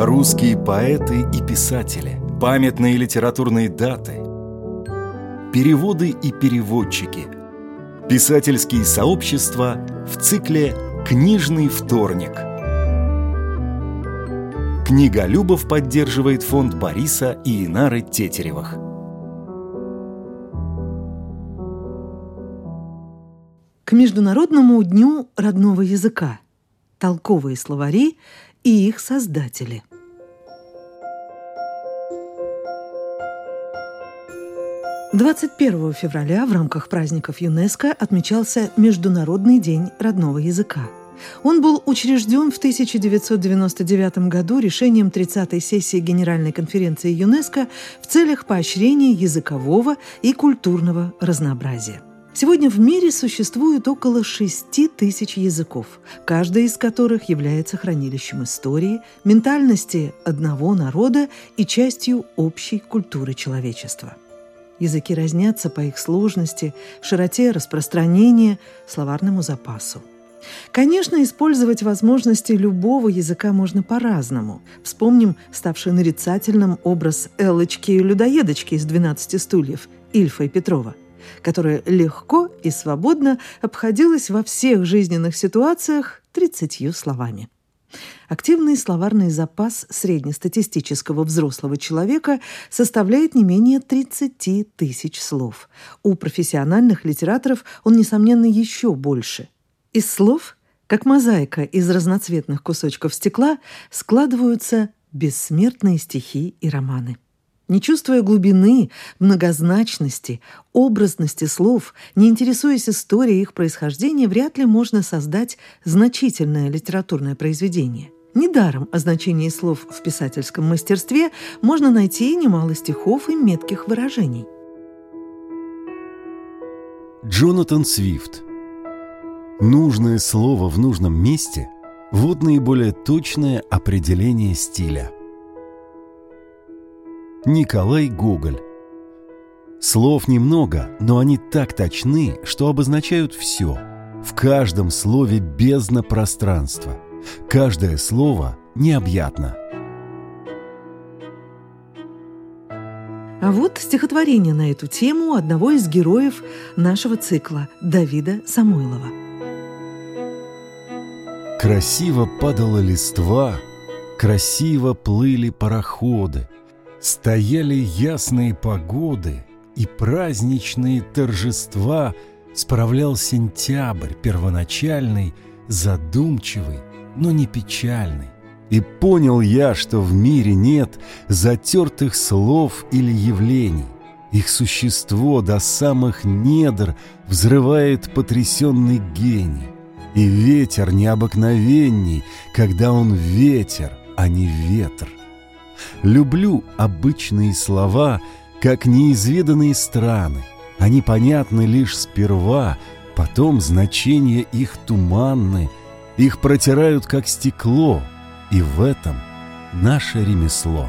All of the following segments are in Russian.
русские поэты и писатели, памятные литературные даты, переводы и переводчики, писательские сообщества в цикле «Книжный вторник». Книголюбов поддерживает фонд Бориса и Инары Тетеревых. К Международному дню родного языка. Толковые словари и их создатели. – 21 февраля в рамках праздников ЮНЕСКО отмечался Международный день родного языка. Он был учрежден в 1999 году решением 30-й сессии Генеральной конференции ЮНЕСКО в целях поощрения языкового и культурного разнообразия. Сегодня в мире существует около 6 тысяч языков, каждый из которых является хранилищем истории, ментальности одного народа и частью общей культуры человечества. Языки разнятся по их сложности, широте распространения, словарному запасу. Конечно, использовать возможности любого языка можно по-разному. Вспомним ставший нарицательным образ Эллочки-людоедочки из «12 стульев» Ильфа и Петрова, которая легко и свободно обходилась во всех жизненных ситуациях 30 словами. Активный словарный запас среднестатистического взрослого человека составляет не менее 30 тысяч слов. У профессиональных литераторов он, несомненно, еще больше. Из слов, как мозаика из разноцветных кусочков стекла, складываются бессмертные стихи и романы. Не чувствуя глубины, многозначности, образности слов, не интересуясь историей их происхождения, вряд ли можно создать значительное литературное произведение. Недаром о значении слов в писательском мастерстве можно найти немало стихов и метких выражений. Джонатан Свифт. Нужное слово в нужном месте – вот наиболее точное определение стиля. Николай Гоголь. Слов немного, но они так точны, что обозначают все. В каждом слове бездна пространства. Каждое слово необъятно. А вот стихотворение на эту тему одного из героев нашего цикла – Давида Самойлова. Красиво падала листва, красиво плыли пароходы, стояли ясные погоды, и праздничные торжества справлял сентябрь первоначальный, задумчивый, но не печальный. И понял я, что в мире нет затертых слов или явлений. Их существо до самых недр взрывает потрясенный гений. И ветер необыкновенней, когда он ветер, а не ветр. Люблю обычные слова, как неизведанные страны. Они понятны лишь сперва, потом значения их туманны. Их протирают, как стекло, и в этом наше ремесло.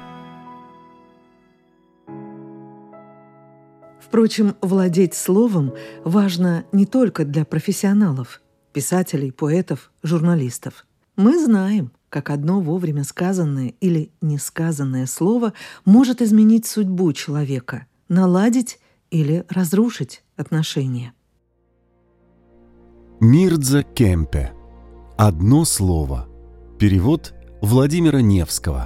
Впрочем, владеть словом важно не только для профессионалов, писателей, поэтов, журналистов. Мы знаем, как одно вовремя сказанное или несказанное слово может изменить судьбу человека, наладить или разрушить отношения. Мирдза Кемпе. Одно слово. Перевод Владимира Невского.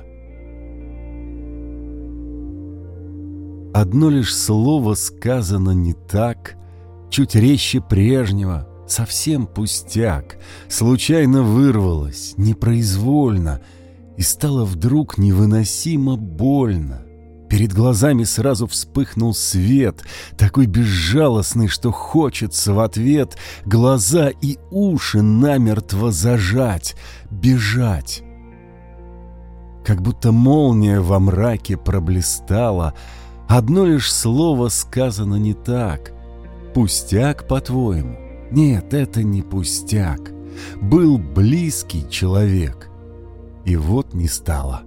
Одно лишь слово сказано не так, чуть резче прежнего, совсем пустяк, случайно вырвалось, непроизвольно, и стало вдруг невыносимо больно. Перед глазами сразу вспыхнул свет, такой безжалостный, что хочется в ответ глаза и уши намертво зажать, бежать. Как будто молния во мраке проблистала, одно лишь слово сказано не так. Пустяк, по-твоему? Нет, это не пустяк. Был близкий человек, и вот не стало.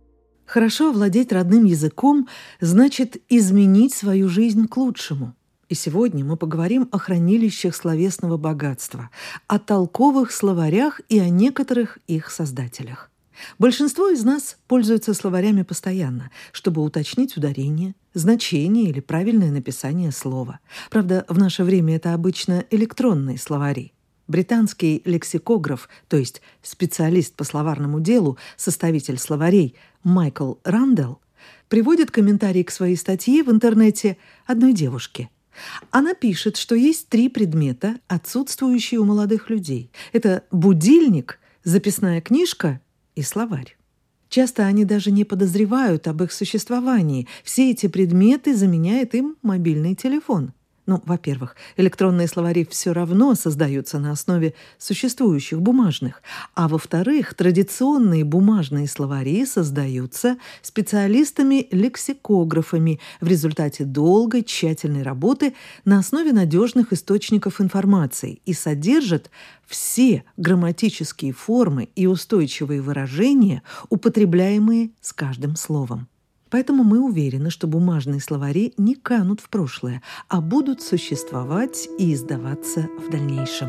Хорошо владеть родным языком значит изменить свою жизнь к лучшему. И сегодня мы поговорим о хранилищах словесного богатства, о толковых словарях и о некоторых их создателях. Большинство из нас пользуются словарями постоянно, чтобы уточнить ударение, значение или правильное написание слова. Правда, в наше время это обычно электронные словари. Британский лексикограф, то есть специалист по словарному делу, составитель словарей Майкл Рандел, приводит комментарий к своей статье в интернете одной девушки. Она пишет, что есть 3 предмета, отсутствующие у молодых людей. Это будильник, записная книжка и словарь. Часто они даже не подозревают об их существовании. Все эти предметы заменяет им мобильный телефон. Во-первых, электронные словари все равно создаются на основе существующих бумажных. А во-вторых, традиционные бумажные словари создаются специалистами-лексикографами в результате долгой, тщательной работы на основе надежных источников информации и содержат все грамматические формы и устойчивые выражения, употребляемые с каждым словом. Поэтому мы уверены, что бумажные словари не канут в прошлое, а будут существовать и издаваться в дальнейшем.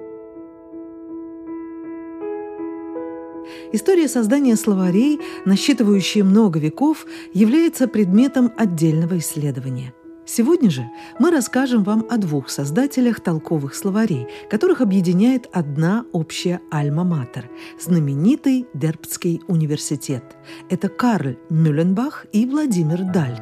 История создания словарей, насчитывающая много веков, является предметом отдельного исследования. Сегодня же мы расскажем вам о 2 создателях толковых словарей, которых объединяет одна общая альма-матер – знаменитый Дербцкий университет. Это Карл Мюлленбах и Владимир Даль.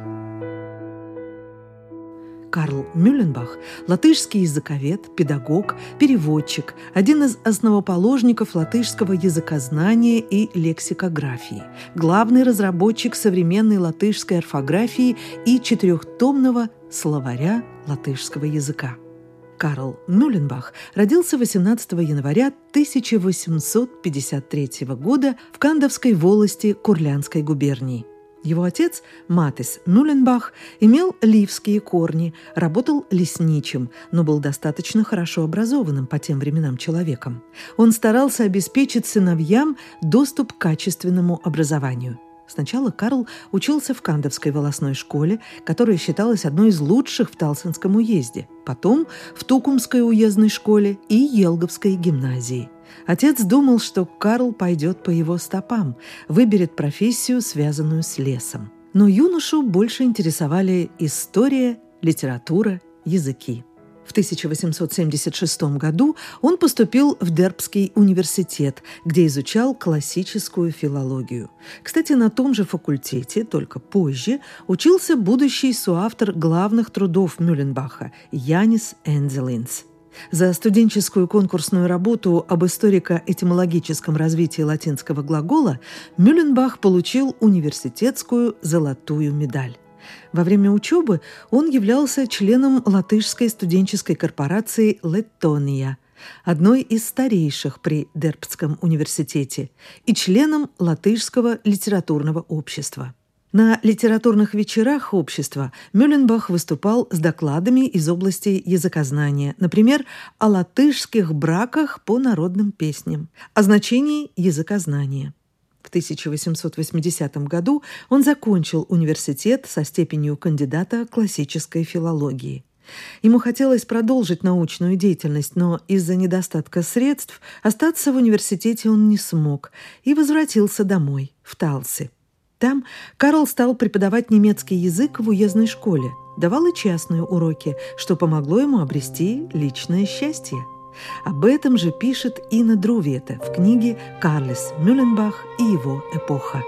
Карл Мюлленбах – латышский языковед, педагог, переводчик, один из основоположников латышского языкознания и лексикографии, главный разработчик современной латышской орфографии и 4-томного словаря латышского языка. Карл Мюлленбах родился 18 января 1853 года в Кандовской волости Курляндской губернии. Его отец, Матис Мюлленбах, имел ливские корни, работал лесничим, но был достаточно хорошо образованным по тем временам человеком. Он старался обеспечить сыновьям доступ к качественному образованию. Сначала Карл учился в Кандовской волостной школе, которая считалась одной из лучших в Талсенском уезде, потом в Тукумской уездной школе и Елговской гимназии. Отец думал, что Карл пойдет по его стопам, выберет профессию, связанную с лесом. Но юношу больше интересовали история, литература, языки. В 1876 году он поступил в Дербцкий университет, где изучал классическую филологию. Кстати, на том же факультете, только позже, учился будущий соавтор главных трудов Мюлленбаха Янис Энзелинс. За студенческую конкурсную работу об историко-этимологическом развитии латинского глагола Мюлленбах получил университетскую золотую медаль. Во время учебы он являлся членом латышской студенческой корпорации «Леттония», одной из старейших при Дербцком университете, и членом латышского литературного общества. На литературных вечерах общества Мюлленбах выступал с докладами из области языкознания, например, о латышских браках по народным песням, о значении языкознания. В 1880 году он закончил университет со степенью кандидата классической филологии. Ему хотелось продолжить научную деятельность, но из-за недостатка средств остаться в университете он не смог и возвратился домой, в Талсы. Там Карл стал преподавать немецкий язык в уездной школе, давал и частные уроки, что помогло ему обрести личное счастье. Об этом же пишет Инна Друвета в книге «Карлес Мюлленбах и его эпоха».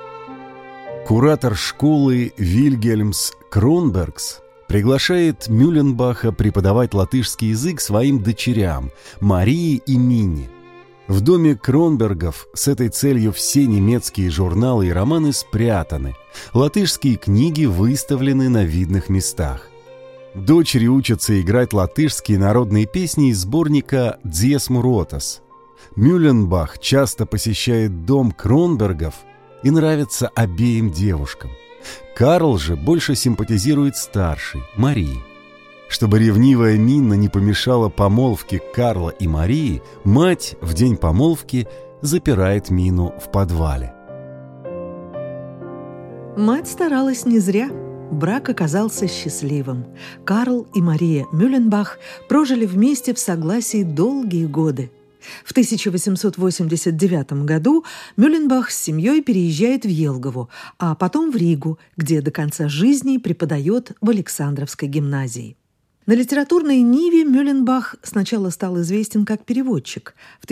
Куратор школы Вильгельмс Кронбергс приглашает Мюлленбаха преподавать латышский язык своим дочерям Марии и Мине. В доме Кронбергов с этой целью все немецкие журналы и романы спрятаны, латышские книги выставлены на видных местах. Дочери учатся играть латышские народные песни из сборника «Dziesmu rotas». Мюлленбах часто посещает дом Кронбергов и нравится обеим девушкам. Карл же больше симпатизирует старшей, Марии. Чтобы ревнивая Минна не помешала помолвке Карла и Марии, мать в день помолвки запирает Мину в подвале. Мать старалась не зря. брак оказался счастливым. Карл и Мария Мюлленбах прожили вместе в согласии долгие годы. В 1889 году Мюлленбах с семьей переезжает в Елгову, а потом в Ригу, где до конца жизни преподает в Александровской гимназии. На литературной ниве Мюлленбах сначала стал известен как переводчик. В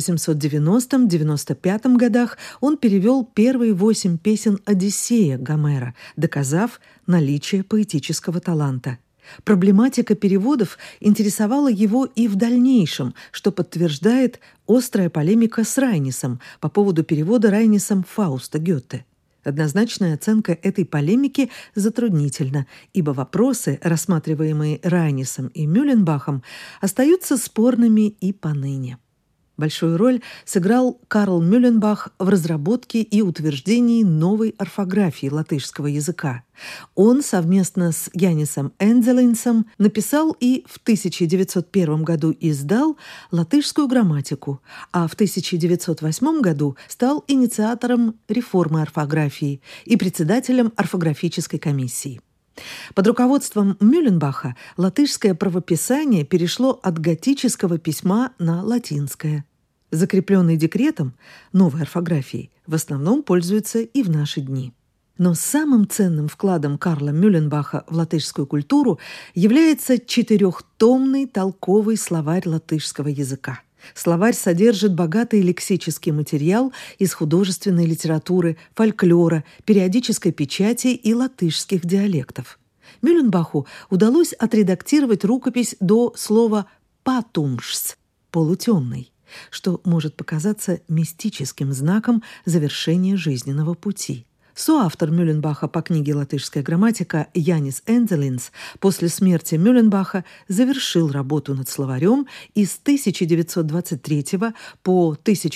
1890-95 годах он перевел первые 8 песен «Одиссея» Гомера, доказав наличие поэтического таланта. Проблематика переводов интересовала его и в дальнейшем, что подтверждает острая полемика с Райнисом по поводу перевода Райнисом Фауста Гёте. Однозначная оценка этой полемики затруднительна, ибо вопросы, рассматриваемые Райнисом и Мюлленбахом, остаются спорными и поныне. Большую роль сыграл Карл Мюлленбах в разработке и утверждении новой орфографии латышского языка. Он совместно с Янисом Энзелинсом написал и в 1901 году издал латышскую грамматику, а в 1908 году стал инициатором реформы орфографии и председателем орфографической комиссии. Под руководством Мюлленбаха латышское правописание перешло от готического письма на латинское. Закрепленный декретом новой орфографии в основном пользуется и в наши дни. Но самым ценным вкладом Карла Мюлленбаха в латышскую культуру является 4-томный толковый словарь латышского языка. Словарь содержит богатый лексический материал из художественной литературы, фольклора, периодической печати и латышских диалектов. Мюлленбаху удалось отредактировать рукопись до слова «патумшс» – «полутемный», что может показаться мистическим знаком завершения жизненного пути. Соавтор Мюлленбаха по книге «Латышская грамматика» Янис Энзелинс после смерти Мюлленбаха завершил работу над словарем и с 1923 по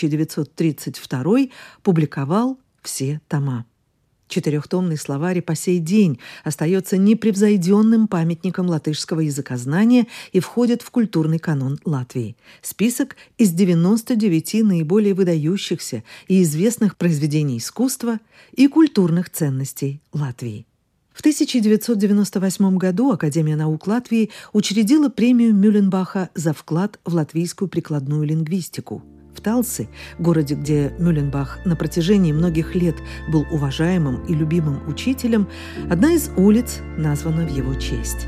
1932 публиковал все тома. 4-томный словарь по сей день остается непревзойденным памятником латышского языкознания и входит в культурный канон Латвии. Список из 99 наиболее выдающихся и известных произведений искусства и культурных ценностей Латвии. В 1998 году Академия наук Латвии учредила премию Мюлленбаха за вклад в латвийскую прикладную лингвистику. В Талсе, городе, где Мюлленбах на протяжении многих лет был уважаемым и любимым учителем, одна из улиц названа в его честь.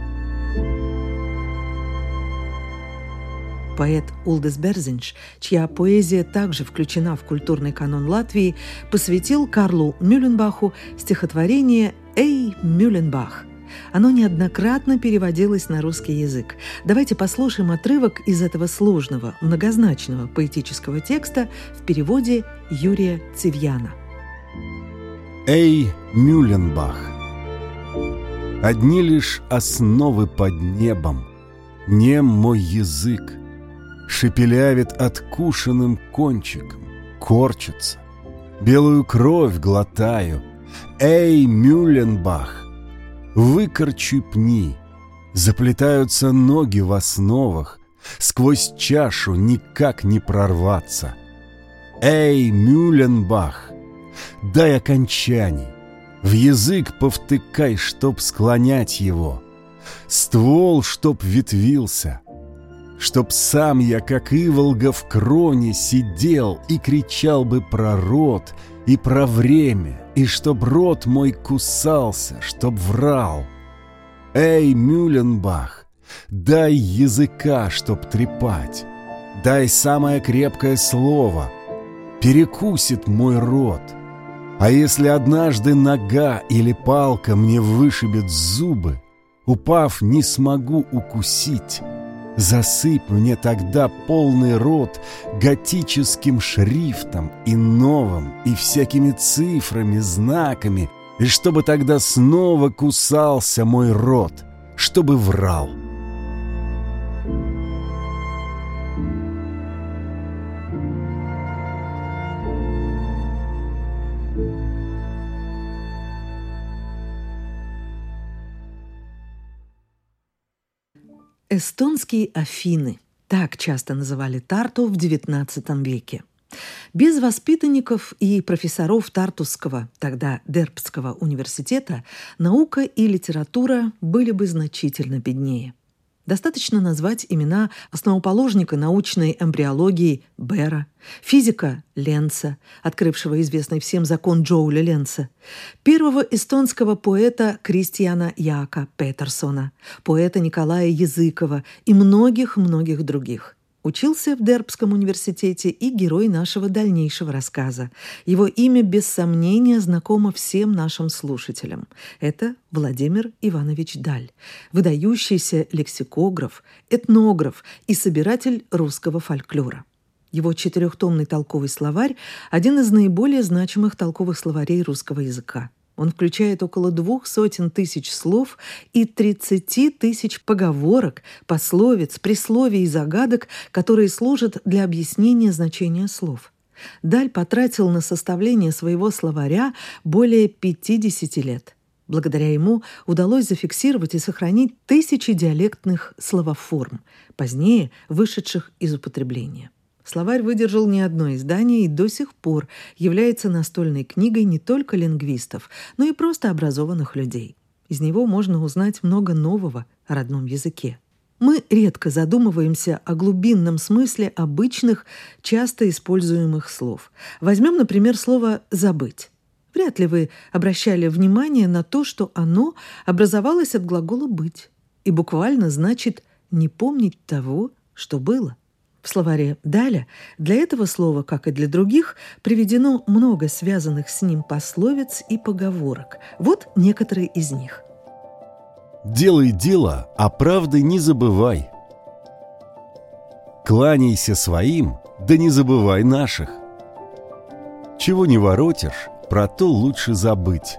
Поэт Улдис Берзинш, чья поэзия также включена в культурный канон Латвии, посвятил Карлу Мюлленбаху стихотворение «Эй, Мюлленбах». Оно неоднократно переводилось на русский язык. Давайте послушаем отрывок из этого сложного, многозначного поэтического текста в переводе Юрия Цивьяна. «Эй, Мюлленбах! Одни лишь основы под небом, нем мой язык, шепелявит откушенным кончиком, корчится, белую кровь глотаю. Эй, Мюлленбах! Выкорчуй пни, заплетаются ноги в основах, сквозь чашу никак не прорваться. Эй, Мюлленбах, дай окончаний, в язык повтыкай, чтоб склонять его, ствол, чтоб ветвился, чтоб сам я, как иволга в кроне, сидел и кричал бы про род и про время, и чтоб рот мой кусался, чтоб врал. Эй, Мюлленбах, дай языка, чтоб трепать, дай самое крепкое слово, перекусит мой рот. А если однажды нога или палка мне вышибет зубы, упав, не смогу укусить, засыпь мне тогда полный рот готическим шрифтом и новым, и всякими цифрами, знаками, и чтобы тогда снова кусался мой рот, чтобы врал. Эстонские Афины – так часто называли Тарту в XIX веке. Без воспитанников и профессоров Тартусского, тогда Дербцкого университета, наука и литература были бы значительно беднее. Достаточно назвать имена основоположника научной эмбриологии Бера, физика Ленца, открывшего известный всем закон Джоуля Ленца, первого эстонского поэта Кристиана Яака Петерсона, поэта Николая Языкова и многих-многих других. Учился в Дербцком университете и герой нашего дальнейшего рассказа. Его имя, без сомнения, знакомо всем нашим слушателям. Это Владимир Иванович Даль, выдающийся лексикограф, этнограф и собиратель русского фольклора. Его 4-томный толковый словарь – один из наиболее значимых толковых словарей русского языка. Он включает около 200 тысяч слов и 30 тысяч поговорок, пословиц, присловий и загадок, которые служат для объяснения значения слов. Даль потратил на составление своего словаря более 50 лет. Благодаря ему удалось зафиксировать и сохранить тысячи диалектных словоформ, позднее вышедших из употребления. Словарь выдержал не одно издание и до сих пор является настольной книгой не только лингвистов, но и просто образованных людей. Из него можно узнать много нового о родном языке. Мы редко задумываемся о глубинном смысле обычных, часто используемых слов. Возьмем, например, слово «забыть». Вряд ли вы обращали внимание на то, что оно образовалось от глагола «быть» и буквально значит «не помнить того, что было». В словаре Даля для этого слова, как и для других, приведено много связанных с ним пословиц и поговорок. Вот некоторые из них. «Делай дело, а правды не забывай. Кланяйся своим, да не забывай наших. Чего не воротишь, про то лучше забыть.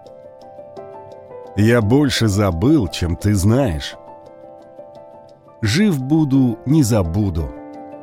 Я больше забыл, чем ты знаешь. Жив буду, не забуду».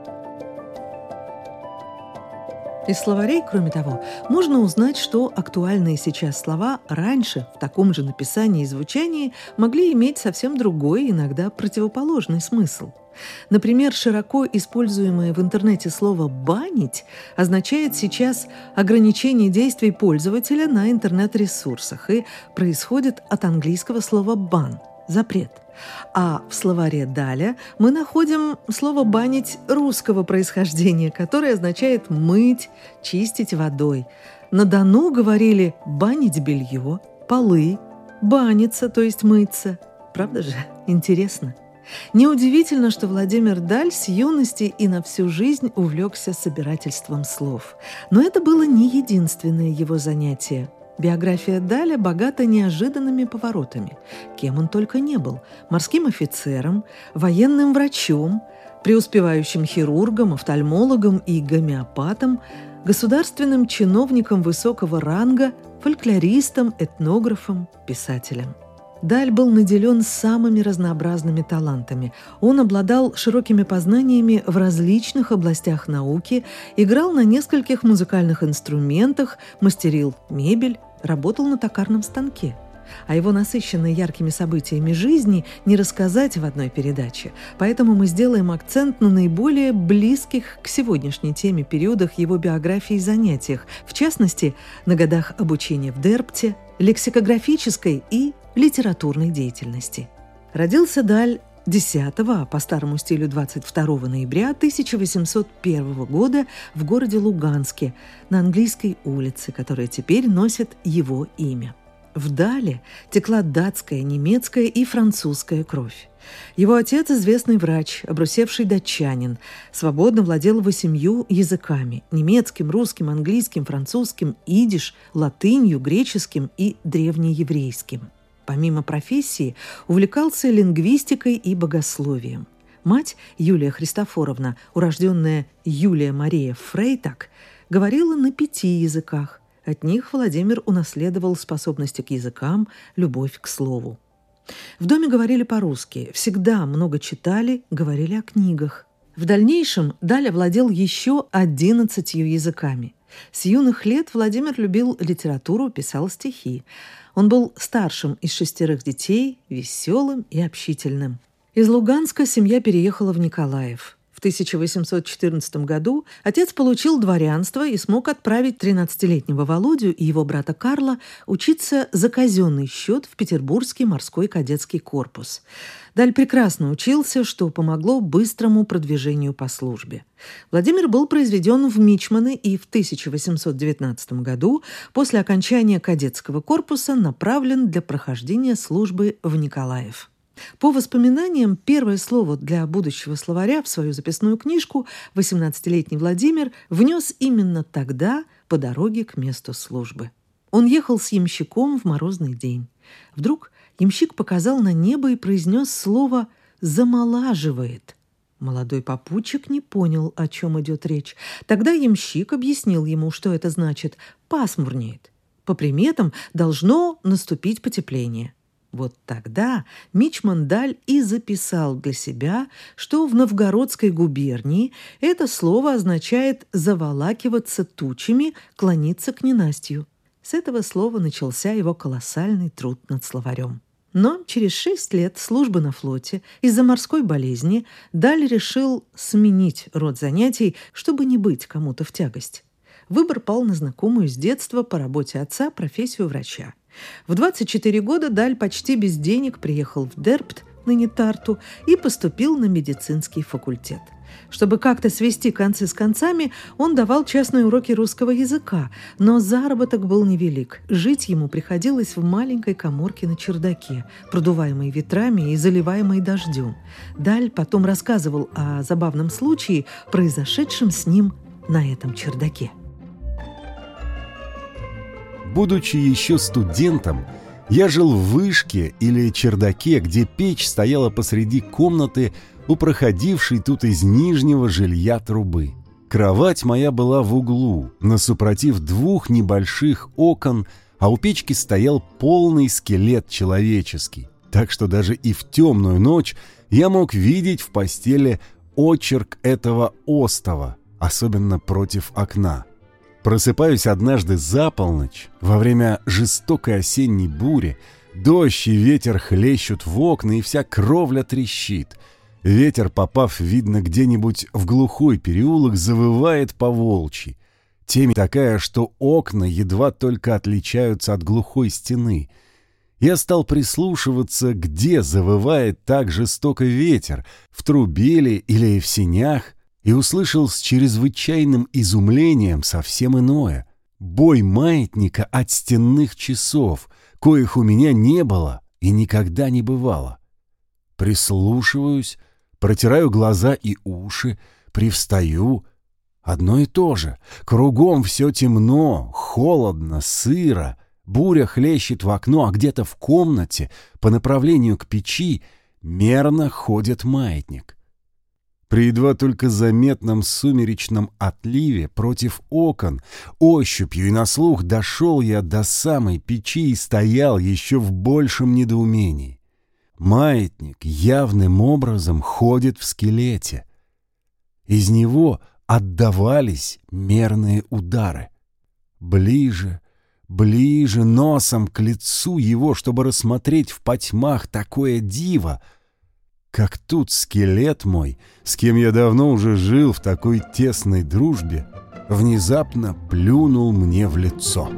Из словарей, кроме того, можно узнать, что актуальные сейчас слова раньше в таком же написании и звучании могли иметь совсем другой, иногда противоположный смысл. Например, широко используемое в интернете слово «банить» означает сейчас ограничение действий пользователя на интернет-ресурсах и происходит от английского слова «ban» – «запрет». А в словаре Даля мы находим слово «банить» русского происхождения, которое означает «мыть», «чистить водой». На Дону говорили «банить белье», «полы», «баниться», то есть «мыться». Правда же? Интересно. Неудивительно, что Владимир Даль с юности и на всю жизнь увлекся собирательством слов. Но это было не единственное его занятие. Биография Даля богата неожиданными поворотами. Кем он только не был – морским офицером, военным врачом, преуспевающим хирургом, офтальмологом и гомеопатом, государственным чиновником высокого ранга, фольклористом, этнографом, писателем. Даль был наделен самыми разнообразными талантами. Он обладал широкими познаниями в различных областях науки, играл на нескольких музыкальных инструментах, мастерил мебель, работал на токарном станке. О его насыщенной яркими событиями жизни не рассказать в одной передаче, поэтому мы сделаем акцент на наиболее близких к сегодняшней теме периодах его биографии и занятиях, в частности, на годах обучения в Дербте, лексикографической и литературной деятельности. Родился Даль 10, а по старому стилю 22 ноября 1801 года в городе Луганске, на Английской улице, которая теперь носит его имя. В Дале текла датская, немецкая и французская кровь. Его отец – известный врач, обрусевший датчанин, свободно владел 8 языками – немецким, русским, английским, французским, идиш, латынью, греческим и древнееврейским. Помимо профессии, увлекался лингвистикой и богословием. Мать, Юлия Христофоровна, урожденная Юлия Мария Фрейтак, говорила на 5 языках. От них Владимир унаследовал способности к языкам, любовь к слову. В доме говорили по-русски, всегда много читали, говорили о книгах. В дальнейшем Даль овладел еще 11 языками. С юных лет Владимир любил литературу, писал стихи. Он был старшим из 6 детей, веселым и общительным. Из Луганска семья переехала в Николаев. В 1814 году отец получил дворянство и смог отправить 13-летнего Володю и его брата Карла учиться за казенный счет в Петербургский морской кадетский корпус. Даль прекрасно учился, что помогло быстрому продвижению по службе. Владимир был произведен в мичманы и в 1819 году после окончания кадетского корпуса направлен для прохождения службы в Николаев. По воспоминаниям, первое слово для будущего словаря в свою записную книжку 18-летний Владимир внес именно тогда по дороге к месту службы. Он ехал с ямщиком в морозный день. Вдруг ямщик показал на небо и произнес слово «замолаживает». Молодой попутчик не понял, о чем идет речь. Тогда ямщик объяснил ему, что это значит «пасмурнеет». По приметам должно наступить потепление. Вот тогда мичман Даль и записал для себя, что в Новгородской губернии это слово означает «заволакиваться тучами, клониться к ненастью». С этого слова начался его колоссальный труд над словарем. Но через 6 лет службы на флоте из-за морской болезни Даль решил сменить род занятий, чтобы не быть кому-то в тягость. Выбор пал на знакомую с детства по работе отца профессию врача. В 24 года Даль почти без денег приехал в Дербт, ныне Тарту, и поступил на медицинский факультет. Чтобы как-то свести концы с концами, он давал частные уроки русского языка, но заработок был невелик. Жить ему приходилось в маленькой каморке на чердаке, продуваемой ветрами и заливаемой дождем. Даль потом рассказывал о забавном случае, произошедшем с ним на этом чердаке. Будучи еще студентом, я жил в вышке или чердаке, где печь стояла посреди комнаты у проходившей тут из нижнего жилья трубы. Кровать моя была в углу, насупротив 2 небольших окон, а у печки стоял полный скелет человеческий, так что даже и в темную ночь я мог видеть в постели очерк этого остова, особенно против окна. Просыпаюсь однажды за полночь, во время жестокой осенней бури, дождь и ветер хлещут в окна, и вся кровля трещит. Ветер, попав, видно, где-нибудь в глухой переулок, завывает по-волчьи. Темень такая, что окна едва только отличаются от глухой стены. Я стал прислушиваться, где завывает так жестоко ветер, в трубе ли или в сенях, и услышал с чрезвычайным изумлением совсем иное — бой маятника от стенных часов, коих у меня не было и никогда не бывало. Прислушиваюсь, протираю глаза и уши, привстаю. Одно и то же. Кругом все темно, холодно, сыро. Буря хлещет в окно, а где-то в комнате, по направлению к печи, мерно ходит маятник. При едва только заметном сумеречном отливе против окон, ощупью и на слух дошел я до самой печи и стоял еще в большем недоумении. Маятник явным образом ходит в скелете. Из него отдавались мерные удары. Ближе, ближе носом к лицу его, чтобы рассмотреть в потьмах такое диво, как тут скелет мой, с кем я давно уже жил в такой тесной дружбе, внезапно плюнул мне в лицо.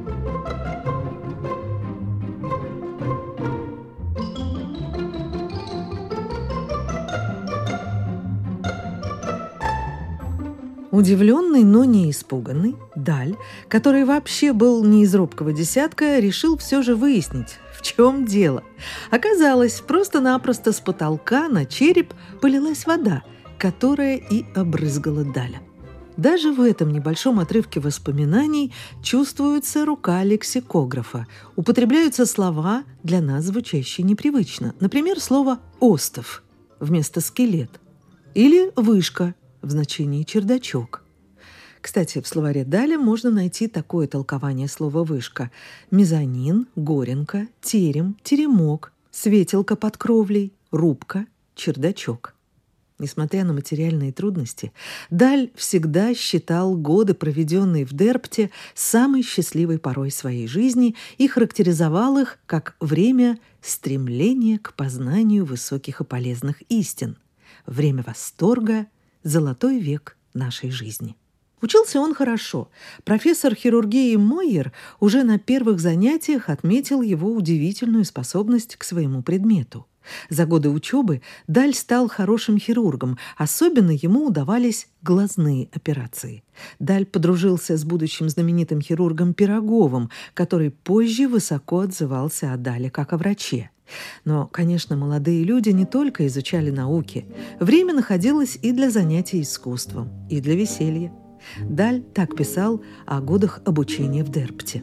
Удивленный, но не испуганный, Даль, который вообще был не из робкого десятка, решил все же выяснить, в чем дело. Оказалось, просто-напросто с потолка на череп полилась вода, которая и обрызгала Даля. Даже в этом небольшом отрывке воспоминаний чувствуется рука лексикографа. Употребляются слова, для нас звучащие непривычно. Например, слово «остов» вместо «скелет» или «вышка» в значении «чердачок». Кстати, в словаре Даля можно найти такое толкование слова «вышка»: мезонин, горенка, терем, теремок, светелка под кровлей, рубка, чердачок. Несмотря на материальные трудности, Даль всегда считал годы, проведенные в Дербте, самой счастливой порой своей жизни и характеризовал их как время стремления к познанию высоких и полезных истин, время восторга, «Золотой век нашей жизни». Учился он хорошо. Профессор хирургии Мойер уже на первых занятиях отметил его удивительную способность к своему предмету. За годы учебы Даль стал хорошим хирургом, особенно ему удавались глазные операции. Даль подружился с будущим знаменитым хирургом Пироговым, который позже высоко отзывался о Дале как о враче. Но, конечно, молодые люди не только изучали науки. Время находилось и для занятий искусством, и для веселья. Даль так писал о годах обучения в Дерпте.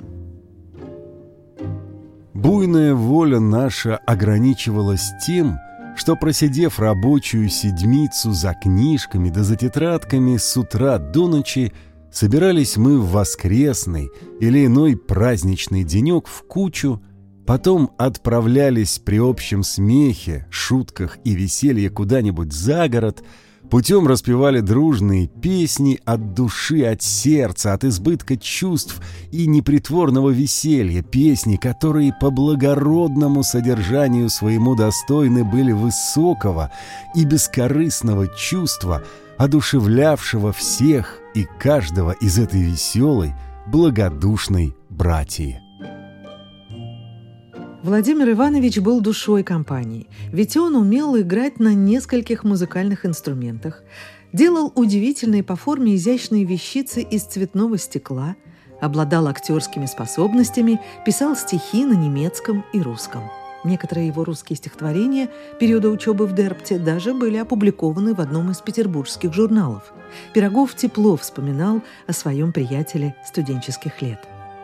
Буйная воля наша ограничивалась тем, что, просидев рабочую седмицу за книжками да за тетрадками с утра до ночи, собирались мы в воскресный или иной праздничный денек в кучу, потом отправлялись при общем смехе, шутках и веселье куда-нибудь за город, путем распевали дружные песни от души, от сердца, от избытка чувств и непритворного веселья, песни, которые по благородному содержанию своему достойны были высокого и бескорыстного чувства, одушевлявшего всех и каждого из этой веселой, благодушной братьи. Владимир Иванович был душой компании, ведь он умел играть на нескольких музыкальных инструментах, делал удивительные по форме изящные вещицы из цветного стекла, обладал актерскими способностями, писал стихи на немецком и русском. Некоторые его русские стихотворения периода учебы в Дерпте даже были опубликованы в одном из петербургских журналов. Пирогов тепло вспоминал о своем приятеле студенческих лет.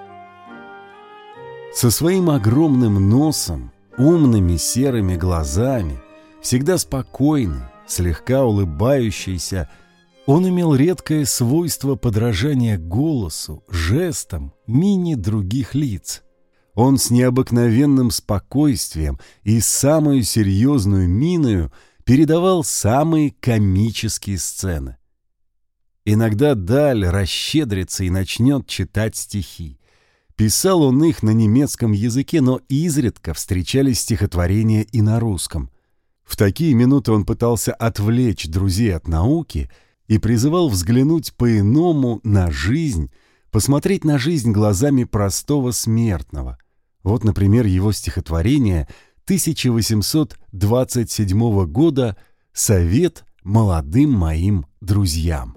Со своим огромным носом, умными серыми глазами, всегда спокойный, слегка улыбающийся, он имел редкое свойство подражания голосу, жестам, мине других лиц. Он с необыкновенным спокойствием и самую серьезную миною передавал самые комические сцены. Иногда Даль расщедрится и начнет читать стихи. Писал он их на немецком языке, но изредка встречались стихотворения и на русском. В такие минуты он пытался отвлечь друзей от науки и призывал взглянуть по-иному на жизнь, посмотреть на жизнь глазами простого смертного. Вот, например, его стихотворение 1827 года «Совет молодым моим друзьям».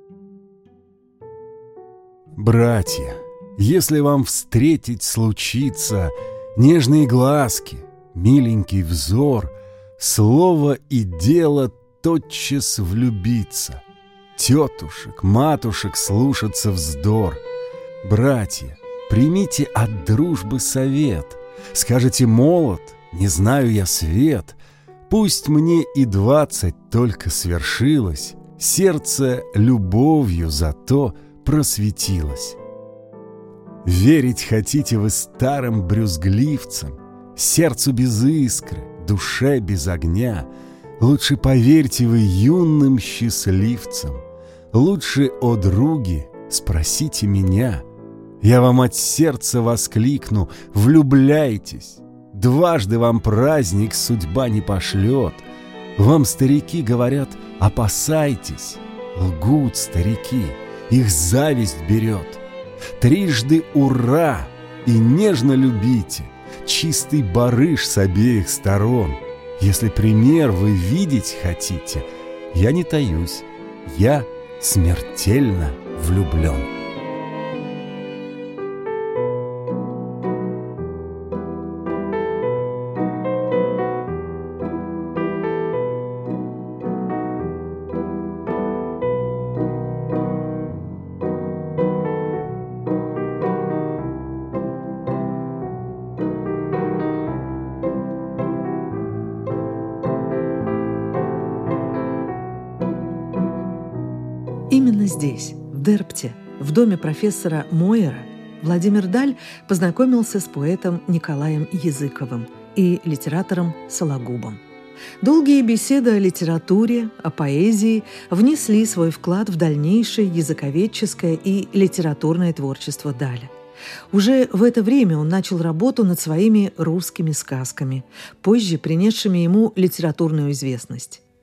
«Братья, если вам встретить случится нежные глазки, миленький взор, слово и дело тотчас влюбиться, тетушек, матушек слушаться вздор. Братья, примите от дружбы совет, скажете: молод, не знаю я свет, пусть мне и 20 только свершилось, сердце любовью зато просветилось. Верить хотите вы старым брюзгливцам, сердцу без искры, душе без огня. Лучше поверьте вы юным счастливцам, лучше, о други, спросите меня. Я вам от сердца воскликну: влюбляйтесь. Дважды вам праздник судьба не пошлет. Вам старики говорят: опасайтесь. Лгут старики, их зависть берет. Трижды ура и нежно любите, чистый барыш с обеих сторон. Если пример вы видеть хотите, я не таюсь, я смертельно влюблен. Именно здесь, в Дерпте, в доме профессора Мойера, Владимир Даль познакомился с поэтом Николаем Языковым и литератором Сологубом. Долгие беседы о литературе, о поэзии внесли свой вклад в дальнейшее языковедческое и литературное творчество Даля. Уже в это время он начал работу над своими русскими сказками, позже принесшими ему литературную известность.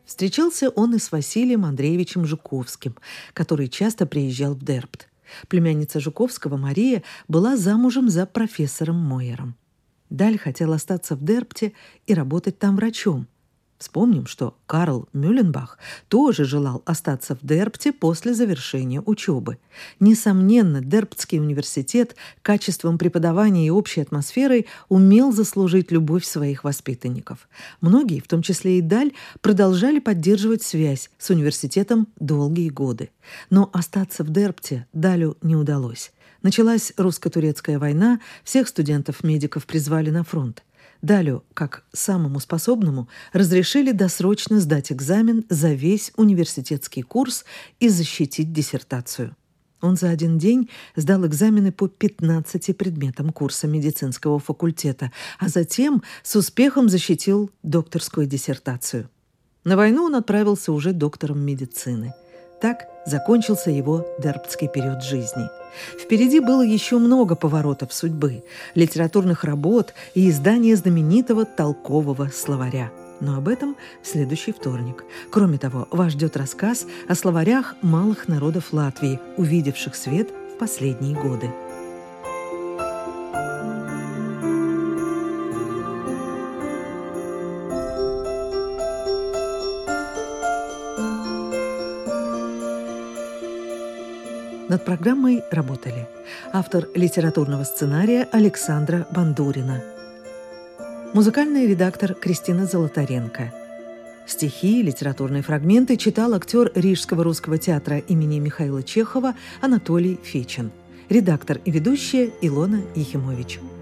Встречался он и с Василием Андреевичем Жуковским, который часто приезжал в Дербт. Племянница Жуковского, Мария, была замужем за профессором Мойером. Даль хотел остаться в Дербте и работать там врачом. Вспомним, что Карл Мюлленбах тоже желал остаться в Дербте после завершения учебы. Несомненно, Дербтский университет качеством преподавания и общей атмосферой умел заслужить любовь своих воспитанников. Многие, в том числе и Даль, продолжали поддерживать связь с университетом долгие годы. Но остаться в Дербте Далю не удалось. Началась русско-турецкая война, всех студентов-медиков призвали на фронт. Далю, как самому способному, разрешили досрочно сдать экзамен за весь университетский курс и защитить диссертацию. Он за один день сдал экзамены по 15 предметам курса медицинского факультета, а затем с успехом защитил докторскую диссертацию. На войну он отправился уже доктором медицины. Так закончился его дербтский период жизни. Впереди было еще много поворотов судьбы, литературных работ и издания знаменитого толкового словаря. Но об этом в следующий вторник. Кроме того, вас ждет рассказ о словарях малых народов Латвии, увидевших свет в последние годы. Над программой работали автор литературного сценария Александра Бандурина, музыкальный редактор Кристина Золотаренко. Стихи и литературные фрагменты читал актер Рижского русского театра имени Михаила Чехова Анатолий Фечин. Редактор и ведущая Илона Ехимович.